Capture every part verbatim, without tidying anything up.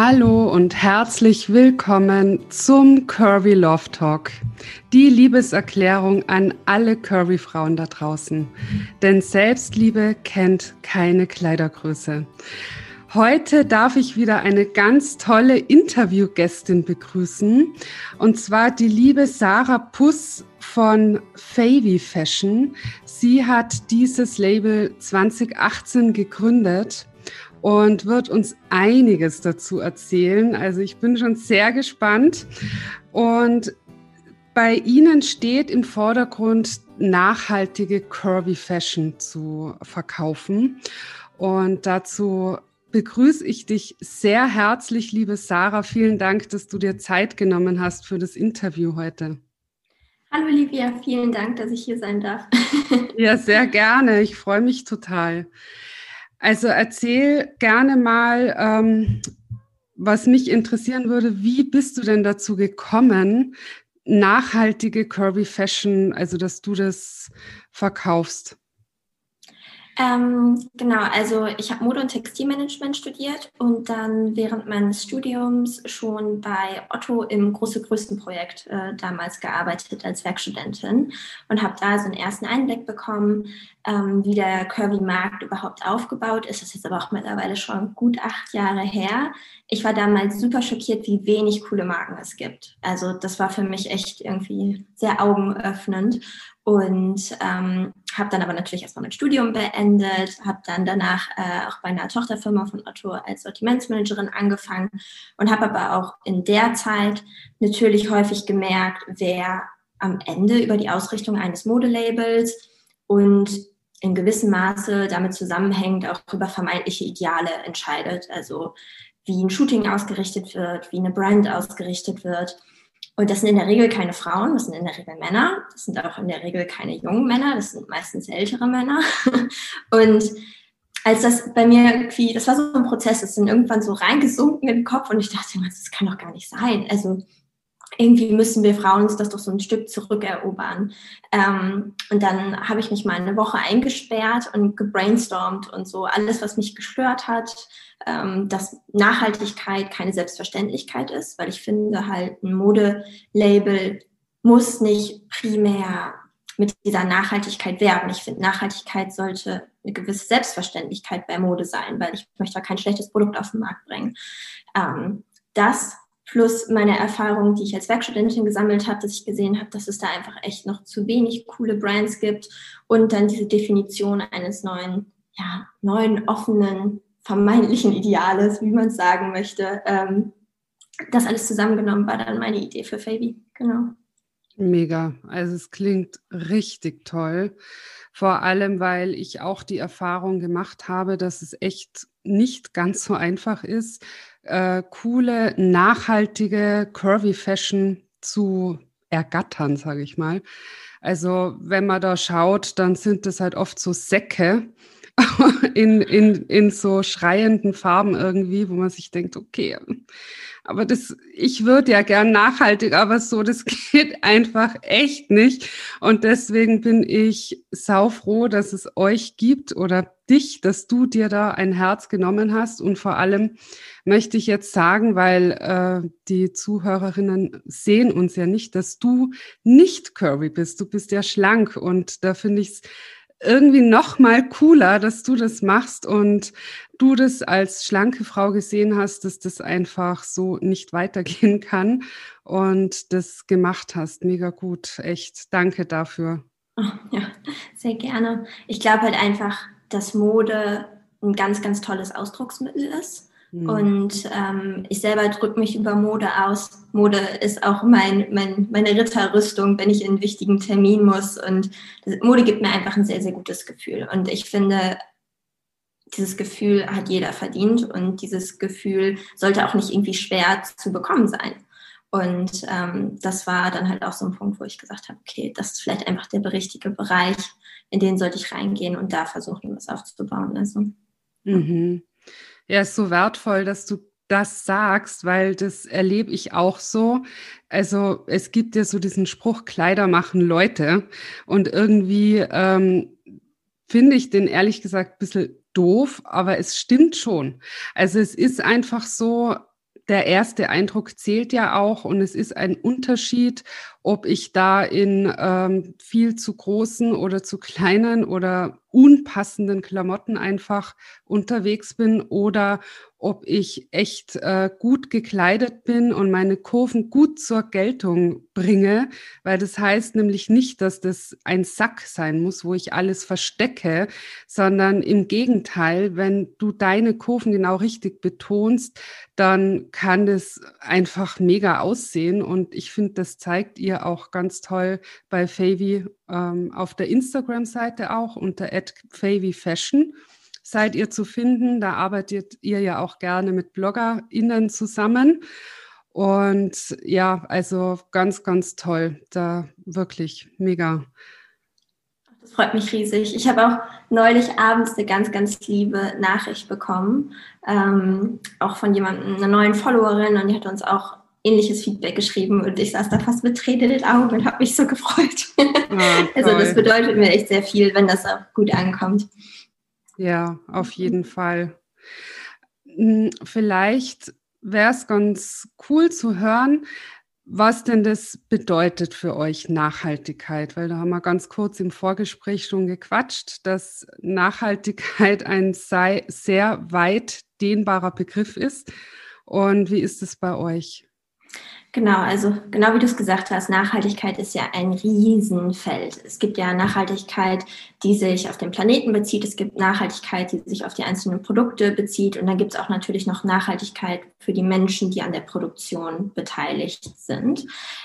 Hallo und herzlich willkommen zum Curvy Love Talk. Die Liebeserklärung an alle Curvy-Frauen da draußen. Denn Selbstliebe kennt keine Kleidergröße. Heute darf ich wieder eine ganz tolle Interviewgästin begrüßen. Und zwar die liebe Sarah Puss von Favy Fashion. Sie hat dieses Label zwanzig achtzehn gegründet und wird uns einiges dazu erzählen. Also ich bin schon sehr gespannt. Und bei Ihnen steht im Vordergrund, nachhaltige Curvy Fashion zu verkaufen. Und dazu begrüße ich dich sehr herzlich, liebe Sarah. Vielen Dank, dass du dir Zeit genommen hast für das Interview heute. Hallo Livia, vielen Dank, dass ich hier sein darf. Ja, sehr gerne. Ich freue mich total. Also erzähl gerne mal, ähm, was mich interessieren würde, wie bist du denn dazu gekommen, nachhaltige Curvy Fashion, also dass du das verkaufst? Ähm, genau, also ich habe Mode- und Textilmanagement studiert und dann während meines Studiums schon bei Otto im große Größenprojekt äh, damals gearbeitet als Werkstudentin und habe da so einen ersten Einblick bekommen, ähm, wie der Curvy-Markt überhaupt aufgebaut ist. Das ist jetzt aber auch mittlerweile schon gut acht Jahre her. Ich war damals super schockiert, wie wenig coole Marken es gibt. Also das war für mich echt irgendwie sehr augenöffnend. Und ähm, habe dann aber natürlich erstmal mein Studium beendet, habe dann danach äh, auch bei einer Tochterfirma von Otto als Sortimentsmanagerin angefangen und habe aber auch in der Zeit natürlich häufig gemerkt, wer am Ende über die Ausrichtung eines Modelabels und in gewissem Maße damit zusammenhängt, auch über vermeintliche Ideale entscheidet. Also wie ein Shooting ausgerichtet wird, wie eine Brand ausgerichtet wird. Und das sind in der Regel keine Frauen, das sind in der Regel Männer. Das sind auch in der Regel keine jungen Männer, das sind meistens ältere Männer. Und als das bei mir irgendwie, das war so ein Prozess, das ist dann irgendwann so reingesunken in den Kopf und ich dachte, das kann doch gar nicht sein. Also irgendwie müssen wir Frauen uns das doch so ein Stück zurückerobern. Ähm, und dann habe ich mich mal eine Woche eingesperrt und gebrainstormt und so alles, was mich gestört hat, ähm, dass Nachhaltigkeit keine Selbstverständlichkeit ist, weil ich finde halt, ein Modelabel muss nicht primär mit dieser Nachhaltigkeit werben. Ich finde, Nachhaltigkeit sollte eine gewisse Selbstverständlichkeit bei Mode sein, weil ich möchte kein schlechtes Produkt auf den Markt bringen. Ähm, das plus meine Erfahrung, die ich als Werkstudentin gesammelt habe, dass ich gesehen habe, dass es da einfach echt noch zu wenig coole Brands gibt und dann diese Definition eines neuen, ja, neuen, offenen, vermeintlichen Ideales, wie man es sagen möchte. Ähm, das alles zusammengenommen war dann meine Idee für Favy, genau. Mega, also es klingt richtig toll, vor allem, weil ich auch die Erfahrung gemacht habe, dass es echt nicht ganz so einfach ist, äh, coole, nachhaltige Curvy Fashion zu ergattern, sage ich mal. Also wenn man da schaut, dann sind das halt oft so Säcke in, in, in so schreienden Farben irgendwie, wo man sich denkt, okay, aber das, ich würde ja gern nachhaltig, aber so, das geht einfach echt nicht. Und deswegen bin ich saufroh, dass es euch gibt oder dich, dass du dir da ein Herz genommen hast. Und vor allem möchte ich jetzt sagen, weil äh, die Zuhörerinnen sehen uns ja nicht, dass du nicht curvy bist. Du bist ja schlank und da finde ich es irgendwie noch mal cooler, dass du das machst und du das als schlanke Frau gesehen hast, dass das einfach so nicht weitergehen kann und das gemacht hast. Mega gut, echt. Danke dafür. Oh, ja, sehr gerne. Ich glaube halt einfach, dass Mode ein ganz, ganz tolles Ausdrucksmittel ist. Hm. Und ähm, ich selber drücke mich über Mode aus. Mode ist auch mein, mein, meine Ritterrüstung, wenn ich in einen wichtigen Termin muss. Und das, Mode gibt mir einfach ein sehr, sehr gutes Gefühl. Und ich finde, dieses Gefühl hat jeder verdient. Und dieses Gefühl sollte auch nicht irgendwie schwer zu bekommen sein. Und ähm, das war dann halt auch so ein Punkt, wo ich gesagt habe, okay, das ist vielleicht einfach der richtige Bereich, in den sollte ich reingehen und da versuchen, was aufzubauen. Also, mhm. Ja, ist so wertvoll, dass du das sagst, weil das erlebe ich auch so. Also es gibt ja so diesen Spruch, Kleider machen Leute. Und irgendwie ähm, finde ich den ehrlich gesagt ein bisschen doof, aber es stimmt schon. Also es ist einfach so, der erste Eindruck zählt ja auch und es ist ein Unterschied, ob ich da in ähm, viel zu großen oder zu kleinen oder unpassenden Klamotten einfach unterwegs bin oder ob ich echt äh, gut gekleidet bin und meine Kurven gut zur Geltung bringe, weil das heißt nämlich nicht, dass das ein Sack sein muss, wo ich alles verstecke, sondern im Gegenteil, wenn du deine Kurven genau richtig betonst, dann kann das einfach mega aussehen und ich finde, das zeigt ihr auch ganz toll bei Favy ähm, auf der Instagram-Seite auch unter at favy fashion seid ihr zu finden. Da arbeitet ihr ja auch gerne mit BloggerInnen zusammen. Und ja, also ganz, ganz toll. Da wirklich mega. Das freut mich riesig. Ich habe auch neulich abends eine ganz, ganz liebe Nachricht bekommen, ähm, auch von jemandem, einer neuen Followerin, und die hat uns auch ähnliches Feedback geschrieben und ich saß da fast mit Tränen in den Augen und habe mich so gefreut. Ah, also das bedeutet mir echt sehr viel, wenn das auch gut ankommt. Ja, auf jeden Fall. Vielleicht wäre es ganz cool zu hören, was denn das bedeutet für euch Nachhaltigkeit, weil da haben wir ganz kurz im Vorgespräch schon gequatscht, dass Nachhaltigkeit ein sei sehr weit dehnbarer Begriff ist. Und wie ist es bei euch? Genau, also genau wie du es gesagt hast, Nachhaltigkeit ist ja ein Riesenfeld. Es gibt ja Nachhaltigkeit, die sich auf den Planeten bezieht. Es gibt Nachhaltigkeit, die sich auf die einzelnen Produkte bezieht. Und dann gibt es auch natürlich noch Nachhaltigkeit für die Menschen, die an der Produktion beteiligt sind.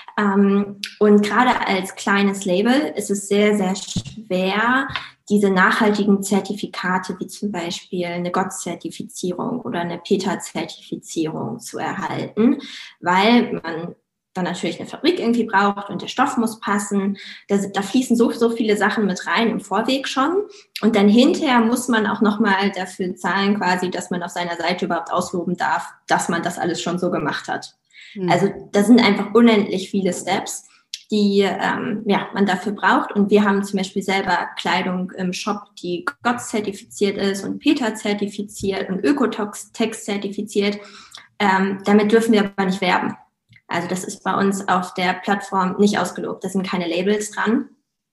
Und gerade als kleines Label ist es sehr, sehr schwer, diese nachhaltigen Zertifikate wie zum Beispiel eine G O T-Zertifizierung oder eine PETA-Zertifizierung zu erhalten, weil man dann natürlich eine Fabrik irgendwie braucht und der Stoff muss passen. Da, da fließen so, so viele Sachen mit rein im Vorweg schon. Und dann hinterher muss man auch nochmal dafür zahlen quasi, dass man auf seiner Seite überhaupt ausloben darf, dass man das alles schon so gemacht hat. Mhm. Also da sind einfach unendlich viele Steps, die ähm, ja, man dafür braucht. Und wir haben zum Beispiel selber Kleidung im Shop, die G O T-zertifiziert ist und PETA-zertifiziert und Ökotex-zertifiziert. Ähm, damit dürfen wir aber nicht werben. Also das ist bei uns auf der Plattform nicht ausgelobt. Da sind keine Labels dran.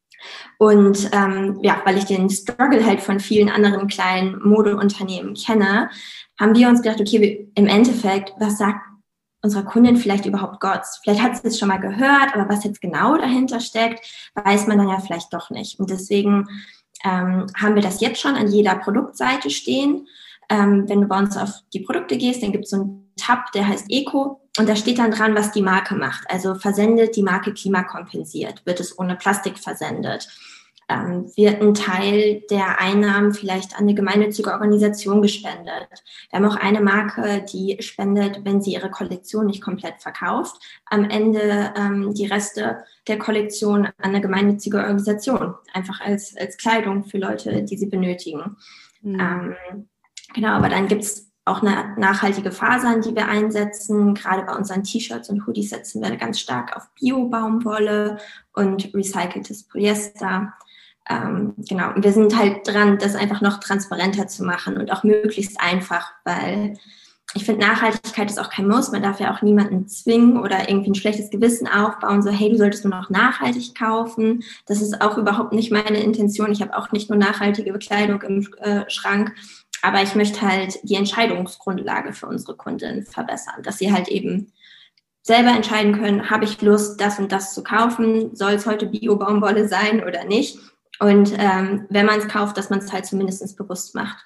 Und ähm, ja, weil ich den Struggle halt von vielen anderen kleinen Modeunternehmen kenne, haben wir uns gedacht, okay, wir, im Endeffekt, was sagt unserer Kundin vielleicht überhaupt G O Ts? Vielleicht hat sie es schon mal gehört, aber was jetzt genau dahinter steckt, weiß man dann ja vielleicht doch nicht. Und deswegen ähm, haben wir das jetzt schon an jeder Produktseite stehen. Ähm, wenn du bei uns auf die Produkte gehst, dann gibt es so einen Tab, der heißt Eco, und da steht dann dran, was die Marke macht. Also versendet die Marke klimakompensiert, wird es ohne Plastik versendet. Ähm, wird ein Teil der Einnahmen vielleicht an eine gemeinnützige Organisation gespendet. Wir haben auch eine Marke, die spendet, wenn sie ihre Kollektion nicht komplett verkauft, am Ende ähm, die Reste der Kollektion an eine gemeinnützige Organisation, einfach als, als Kleidung für Leute, die sie benötigen. Mhm. Ähm, genau, aber dann gibt es auch eine nachhaltige Fasern, die wir einsetzen. Gerade bei unseren T-Shirts und Hoodies setzen wir ganz stark auf Bio-Baumwolle und recyceltes Polyester. Ähm, genau, und wir sind halt dran, das einfach noch transparenter zu machen und auch möglichst einfach, weil ich finde, Nachhaltigkeit ist auch kein Muss. Man darf ja auch niemanden zwingen oder irgendwie ein schlechtes Gewissen aufbauen, so hey, du solltest nur noch nachhaltig kaufen. Das ist auch überhaupt nicht meine Intention. Ich habe auch nicht nur nachhaltige Bekleidung im äh, Schrank, aber ich möchte halt die Entscheidungsgrundlage für unsere Kunden verbessern, dass sie halt eben selber entscheiden können, habe ich Lust, das und das zu kaufen, soll es heute Bio-Baumwolle sein oder nicht. Und ähm, wenn man es kauft, dass man es halt zumindest bewusst macht.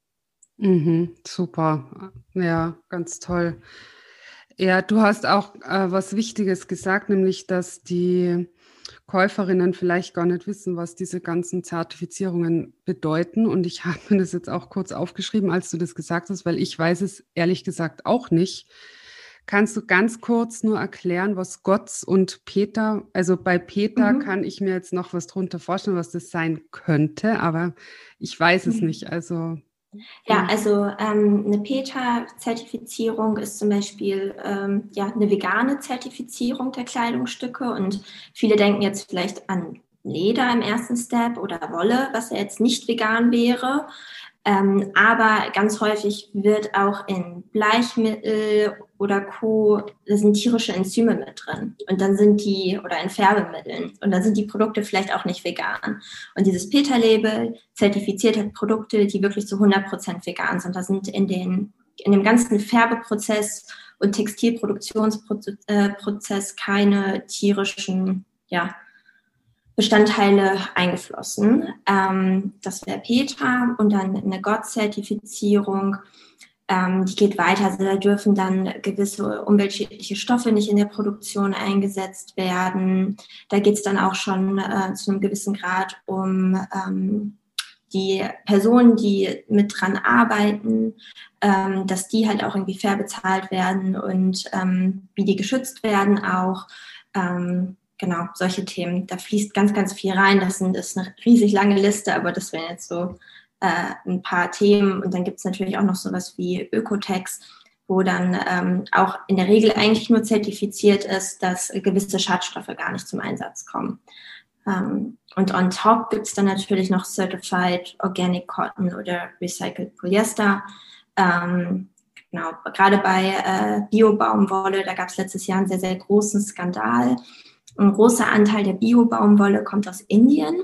Mhm, super, ja, ganz toll. Ja, du hast auch äh, was Wichtiges gesagt, nämlich, dass die Käuferinnen vielleicht gar nicht wissen, was diese ganzen Zertifizierungen bedeuten. Und ich habe mir das jetzt auch kurz aufgeschrieben, als du das gesagt hast, weil ich weiß es ehrlich gesagt auch nicht. Kannst du ganz kurz nur erklären, was G O Ts und PETA, also bei PETA mhm. kann ich mir jetzt noch was drunter vorstellen, was das sein könnte, aber ich weiß es mhm. nicht. Also Ja, also ähm, eine PETA-Zertifizierung ist zum Beispiel ähm, ja, eine vegane Zertifizierung der Kleidungsstücke, und viele denken jetzt vielleicht an Leder im ersten Step oder Wolle, was ja jetzt nicht vegan wäre. Ähm, aber ganz häufig wird auch in Bleichmittel oder Co., da sind tierische Enzyme mit drin. Und dann sind die, oder in Färbemitteln, und dann sind die Produkte vielleicht auch nicht vegan. Und dieses PETA-Label zertifiziert halt Produkte, die wirklich zu hundert Prozent vegan sind. Da sind in den, in dem ganzen Färbeprozess und Textilproduktionsprozess keine tierischen, ja, Bestandteile eingeflossen. Ähm, das wäre PETA und dann eine G O T-Zertifizierung. Ähm, die geht weiter. Also da dürfen dann gewisse umweltschädliche Stoffe nicht in der Produktion eingesetzt werden. Da geht es dann auch schon äh, zu einem gewissen Grad um ähm, die Personen, die mit dran arbeiten, ähm, dass die halt auch irgendwie fair bezahlt werden und ähm, wie die geschützt werden auch. Ähm, Genau, solche Themen. Da fließt ganz, ganz viel rein. Das, sind, das ist eine riesig lange Liste, aber das wären jetzt so äh, ein paar Themen. Und dann gibt es natürlich auch noch sowas wie Ökotex, wo dann ähm, auch in der Regel eigentlich nur zertifiziert ist, dass gewisse Schadstoffe gar nicht zum Einsatz kommen. Ähm, und on top gibt es dann natürlich noch Certified Organic Cotton oder Recycled Polyester. Ähm, genau, gerade bei äh, Bio-Baumwolle, da gab es letztes Jahr einen sehr, sehr großen Skandal. Ein großer Anteil der Bio-Baumwolle kommt aus Indien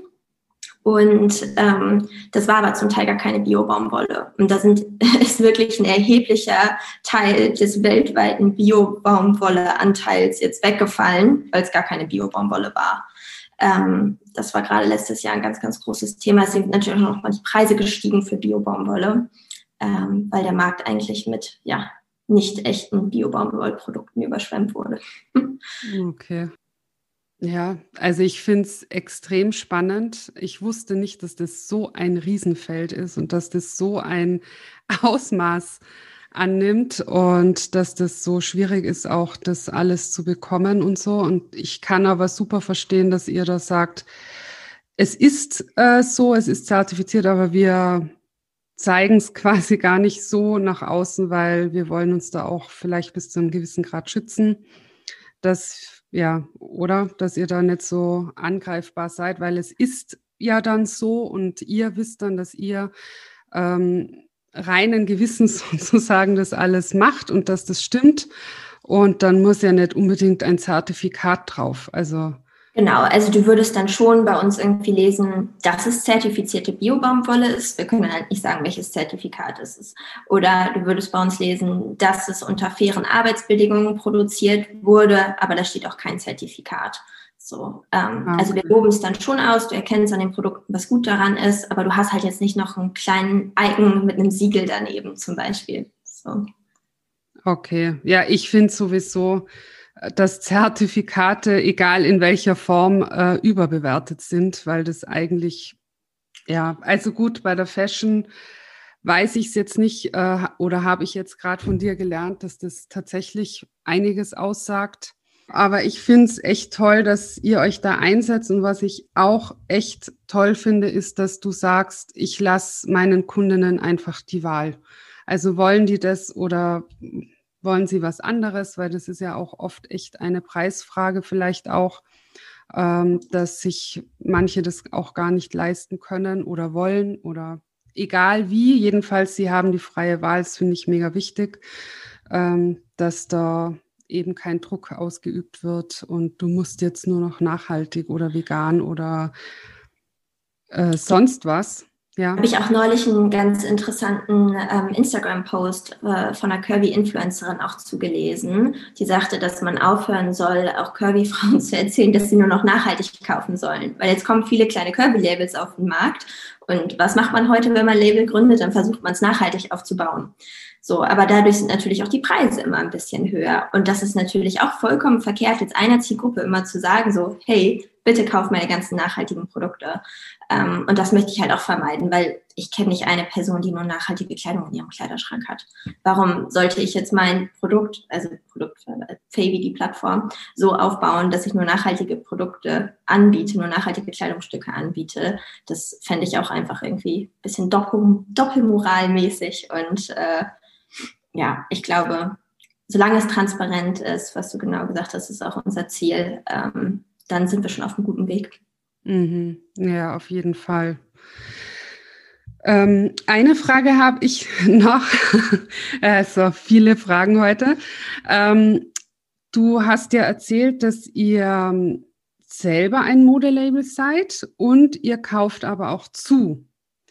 und ähm, das war aber zum Teil gar keine Bio-Baumwolle. Und da sind, ist wirklich ein erheblicher Teil des weltweiten Bio-Baumwolle-Anteils jetzt weggefallen, weil es gar keine Bio-Baumwolle war. Ähm, das war gerade letztes Jahr ein ganz, ganz großes Thema. Es sind natürlich auch noch mal die Preise gestiegen für Bio-Baumwolle, ähm, weil der Markt eigentlich mit, ja, nicht echten Bio-Baumwollprodukten überschwemmt wurde. Okay. Ja, also ich finde es extrem spannend. Ich wusste nicht, dass das so ein Riesenfeld ist und dass das so ein Ausmaß annimmt und dass das so schwierig ist, auch das alles zu bekommen und so. Und ich kann aber super verstehen, dass ihr da sagt, es ist äh, so, es ist zertifiziert, aber wir zeigen es quasi gar nicht so nach außen, weil wir wollen uns da auch vielleicht bis zu einem gewissen Grad schützen. Dass, ja, oder dass ihr da nicht so angreifbar seid, weil es ist ja dann so und ihr wisst dann, dass ihr ähm, reinen Gewissens sozusagen das alles macht und dass das stimmt. Und dann muss ja nicht unbedingt ein Zertifikat drauf. Also Genau, also du würdest dann schon bei uns irgendwie lesen, dass es zertifizierte Bio-Baumwolle ist. Wir können halt nicht sagen, welches Zertifikat es ist. Oder du würdest bei uns lesen, dass es unter fairen Arbeitsbedingungen produziert wurde, aber da steht auch kein Zertifikat. So, ähm, ah, also wir okay. loben es dann schon aus, du erkennst an den Produkten, was gut daran ist, aber du hast halt jetzt nicht noch einen kleinen Icon mit einem Siegel daneben zum Beispiel. So. Okay, ja, ich finde sowieso, dass Zertifikate, egal in welcher Form, äh, überbewertet sind, weil das eigentlich, ja, also gut, bei der Fashion weiß ich es jetzt nicht äh, oder habe ich jetzt gerade von dir gelernt, dass das tatsächlich einiges aussagt. Aber ich finde es echt toll, dass ihr euch da einsetzt. Und was ich auch echt toll finde, ist, dass du sagst, ich lasse meinen Kundinnen einfach die Wahl. Also wollen die das oder wollen sie was anderes? Weil das ist ja auch oft echt eine Preisfrage vielleicht auch, ähm, dass sich manche das auch gar nicht leisten können oder wollen oder egal wie. Jedenfalls, sie haben die freie Wahl. Das finde ich mega wichtig, ähm, dass da eben kein Druck ausgeübt wird und du musst jetzt nur noch nachhaltig oder vegan oder äh, sonst was. Ja. Habe ich auch neulich einen ganz interessanten ähm, Instagram-Post äh, von einer Curvy-Influencerin auch zugelesen, die sagte, dass man aufhören soll, auch Curvy-Frauen zu erzählen, dass sie nur noch nachhaltig kaufen sollen. Weil jetzt kommen viele kleine Curvy-Labels auf den Markt. Und was macht man heute, wenn man ein Label gründet? Dann versucht man es nachhaltig aufzubauen. So, aber dadurch sind natürlich auch die Preise immer ein bisschen höher. Und das ist natürlich auch vollkommen verkehrt, jetzt einer Zielgruppe immer zu sagen, so, hey, bitte kauf meine ganzen nachhaltigen Produkte. Ähm, und das möchte ich halt auch vermeiden, weil ich kenne nicht eine Person, die nur nachhaltige Kleidung in ihrem Kleiderschrank hat. Warum sollte ich jetzt mein Produkt, also Produkt, äh, Favy, die Plattform, so aufbauen, dass ich nur nachhaltige Produkte anbiete, nur nachhaltige Kleidungsstücke anbiete? Das fände ich auch einfach irgendwie ein bisschen doppel, doppelmoralmäßig und äh, ja, ich glaube, solange es transparent ist, was du genau gesagt hast, ist auch unser Ziel, ähm, dann sind wir schon auf einem guten Weg. Mhm. Ja, auf jeden Fall. Ähm, eine Frage habe ich noch. Also viele Fragen heute. Ähm, du hast ja erzählt, dass ihr ähm, selber ein Modelabel seid und ihr kauft aber auch zu.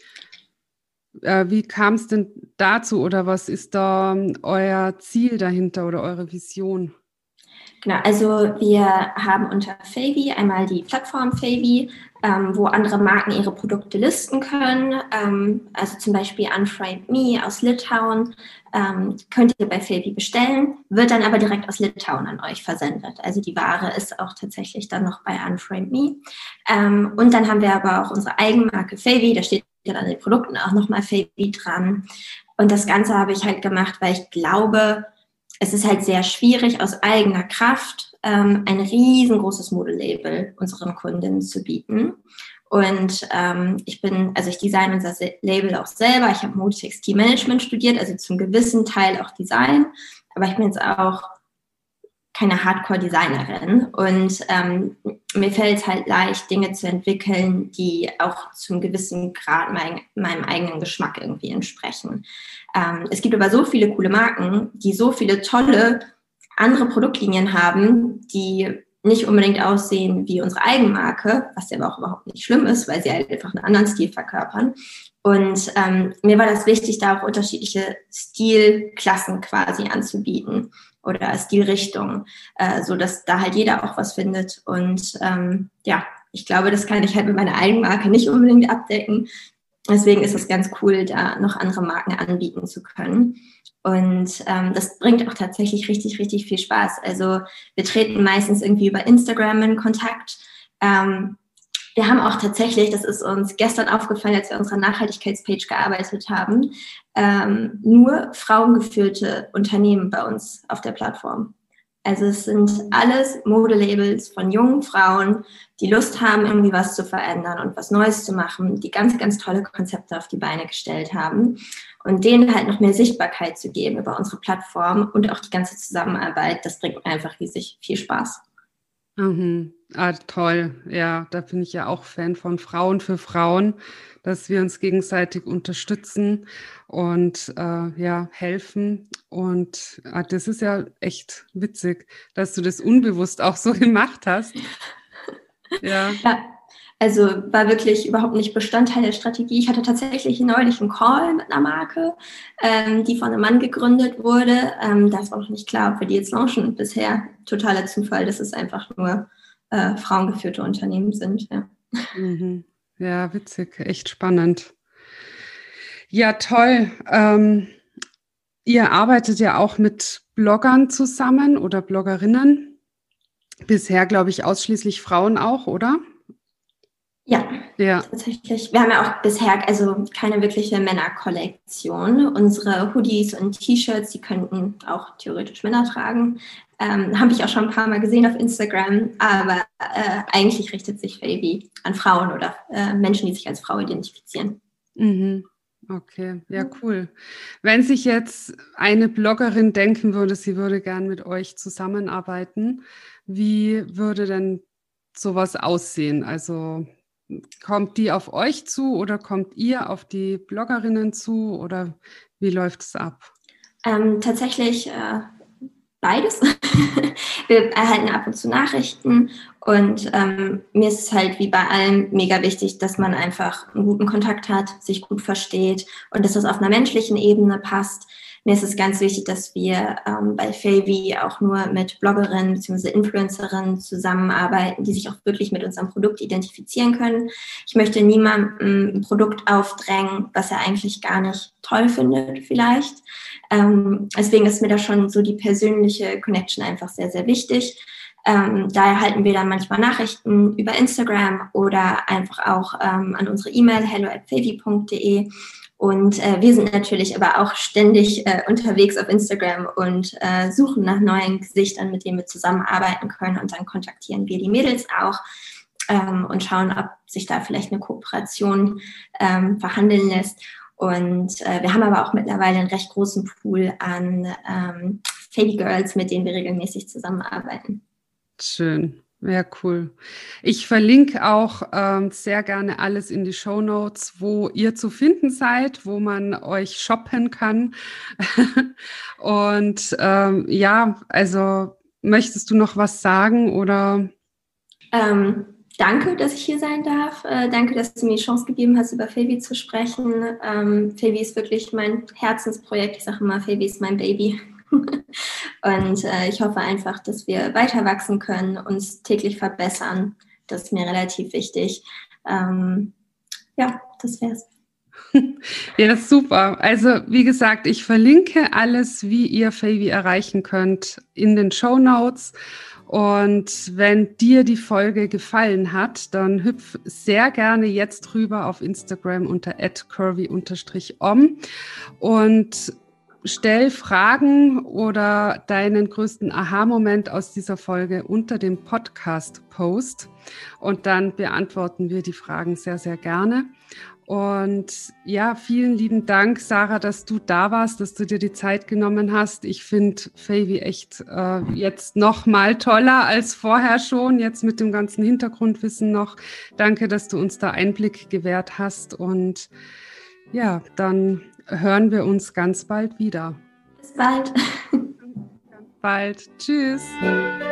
Äh, wie kam es denn dazu oder was ist da ähm, euer Ziel dahinter oder eure Vision? Genau, also wir haben unter Favy einmal die Plattform Favy, ähm, wo andere Marken ihre Produkte listen können. Ähm, also zum Beispiel Unframed Me aus Litauen ähm, könnt ihr bei Favy bestellen, wird dann aber direkt aus Litauen an euch versendet. Also die Ware ist auch tatsächlich dann noch bei Unframed Me. Ähm, und dann haben wir aber auch unsere Eigenmarke Favy, da steht ja dann an den Produkten auch nochmal Favy dran. Und das Ganze habe ich halt gemacht, weil ich glaube, es ist halt sehr schwierig, aus eigener Kraft ähm, ein riesengroßes Modelabel unseren Kundinnen zu bieten. Und ähm, ich bin, also ich design unser Label auch selber. Ich habe Modetextilmanagement studiert, also zum gewissen Teil auch Design. Aber ich bin jetzt auch keine Hardcore-Designerin. Und ähm, mir fällt es halt leicht, Dinge zu entwickeln, die auch zum gewissen Grad mein, meinem eigenen Geschmack irgendwie entsprechen. Ähm, es gibt aber so viele coole Marken, die so viele tolle andere Produktlinien haben, die nicht unbedingt aussehen wie unsere Eigenmarke, was ja aber auch überhaupt nicht schlimm ist, weil sie halt einfach einen anderen Stil verkörpern. Und ähm, mir war das wichtig, da auch unterschiedliche Stilklassen quasi anzubieten oder Stilrichtungen, äh, so dass da halt jeder auch was findet. Und ähm, ja, ich glaube, das kann ich halt mit meiner Eigenmarke nicht unbedingt abdecken. Deswegen ist es ganz cool, da noch andere Marken anbieten zu können. Und ähm, das bringt auch tatsächlich richtig, richtig viel Spaß. Also wir treten meistens irgendwie über Instagram in Kontakt. Ähm, wir haben auch tatsächlich, das ist uns gestern aufgefallen, als wir unsere Nachhaltigkeitspage gearbeitet haben, ähm, nur frauengeführte Unternehmen bei uns auf der Plattform. Also es sind alles Modelabels von jungen Frauen, die Lust haben, irgendwie was zu verändern und was Neues zu machen, die ganz, ganz tolle Konzepte auf die Beine gestellt haben und denen halt noch mehr Sichtbarkeit zu geben über unsere Plattform und auch die ganze Zusammenarbeit, das bringt einfach riesig viel Spaß. Mhm. Ah, toll. Ja, da bin ich ja auch Fan von Frauen für Frauen, dass wir uns gegenseitig unterstützen und äh, ja, helfen. Und ah, das ist ja echt witzig, dass du das unbewusst auch so gemacht hast. Ja. Ja, also war wirklich überhaupt nicht Bestandteil der Strategie. Ich hatte tatsächlich neulich einen Call mit einer Marke, ähm, die von einem Mann gegründet wurde. Ähm, das war noch nicht klar, ob wir die jetzt launchen. Bisher totaler Zufall, dass es einfach nur äh, frauengeführte Unternehmen sind. Ja. Mhm. Ja, witzig, echt spannend. Ja, toll. Ähm, ihr arbeitet ja auch mit Bloggern zusammen oder Bloggerinnen. Bisher, glaube ich, ausschließlich Frauen auch, oder? Ja, Ja. tatsächlich. Wir haben ja auch bisher also keine wirkliche Männerkollektion. Unsere Hoodies und T-Shirts, die könnten auch theoretisch Männer tragen. Ähm, habe ich auch schon ein paar Mal gesehen auf Instagram. Aber äh, eigentlich richtet sich Favy an Frauen oder äh, Menschen, die sich als Frau identifizieren. Mhm. Okay, ja, cool. Wenn sich jetzt eine Bloggerin denken würde, sie würde gern mit euch zusammenarbeiten, wie würde denn sowas aussehen? Also kommt die auf euch zu oder kommt ihr auf die Bloggerinnen zu oder wie läuft es ab? Ähm, tatsächlich äh, beides. Wir erhalten ab und zu Nachrichten und ähm, mir ist es halt wie bei allem mega wichtig, dass man einfach einen guten Kontakt hat, sich gut versteht und dass das auf einer menschlichen Ebene passt. Mir ist es ganz wichtig, dass wir ähm, bei Favy auch nur mit Bloggerinnen bzw. Influencerinnen zusammenarbeiten, die sich auch wirklich mit unserem Produkt identifizieren können. Ich möchte niemandem ein Produkt aufdrängen, was er eigentlich gar nicht toll findet vielleicht. Ähm, deswegen ist mir da schon so die persönliche Connection einfach sehr, sehr wichtig. Ähm, da erhalten wir dann manchmal Nachrichten über Instagram oder einfach auch ähm, an unsere E-Mail hello at favy punkt de. Und äh, wir sind natürlich aber auch ständig äh, unterwegs auf Instagram und äh, suchen nach neuen Gesichtern, mit denen wir zusammenarbeiten können. Und dann kontaktieren wir die Mädels auch ähm, und schauen, ob sich da vielleicht eine Kooperation ähm, verhandeln lässt. Und äh, wir haben aber auch mittlerweile einen recht großen Pool an ähm, Favy Girls, mit denen wir regelmäßig zusammenarbeiten. Schön. Ja, cool. Ich verlinke auch ähm, sehr gerne alles in die Shownotes, wo ihr zu finden seid, wo man euch shoppen kann. Und ähm, ja, also möchtest du noch was sagen oder? Ähm, danke, dass ich hier sein darf. Äh, danke, dass du mir die Chance gegeben hast, über Favy zu sprechen. Ähm, Favy ist wirklich mein Herzensprojekt. Ich sage immer, Favy ist mein Baby. Und äh, ich hoffe einfach, dass wir weiter wachsen können, uns täglich verbessern. Das ist mir relativ wichtig. Ähm, ja, das wär's. Ja, super. Also wie gesagt, ich verlinke alles, wie ihr Favy erreichen könnt, in den Shownotes. Und wenn dir die Folge gefallen hat, dann hüpf sehr gerne jetzt rüber auf Instagram unter at curvy om und stell Fragen oder deinen größten Aha-Moment aus dieser Folge unter dem Podcast-Post und dann beantworten wir die Fragen sehr, sehr gerne. Und ja, vielen lieben Dank, Sarah, dass du da warst, dass du dir die Zeit genommen hast. Ich finde Favy echt äh, jetzt noch mal toller als vorher schon, jetzt mit dem ganzen Hintergrundwissen noch. Danke, dass du uns da Einblick gewährt hast. Und ja, dann hören wir uns ganz bald wieder. Bis bald. Ganz bald. Tschüss.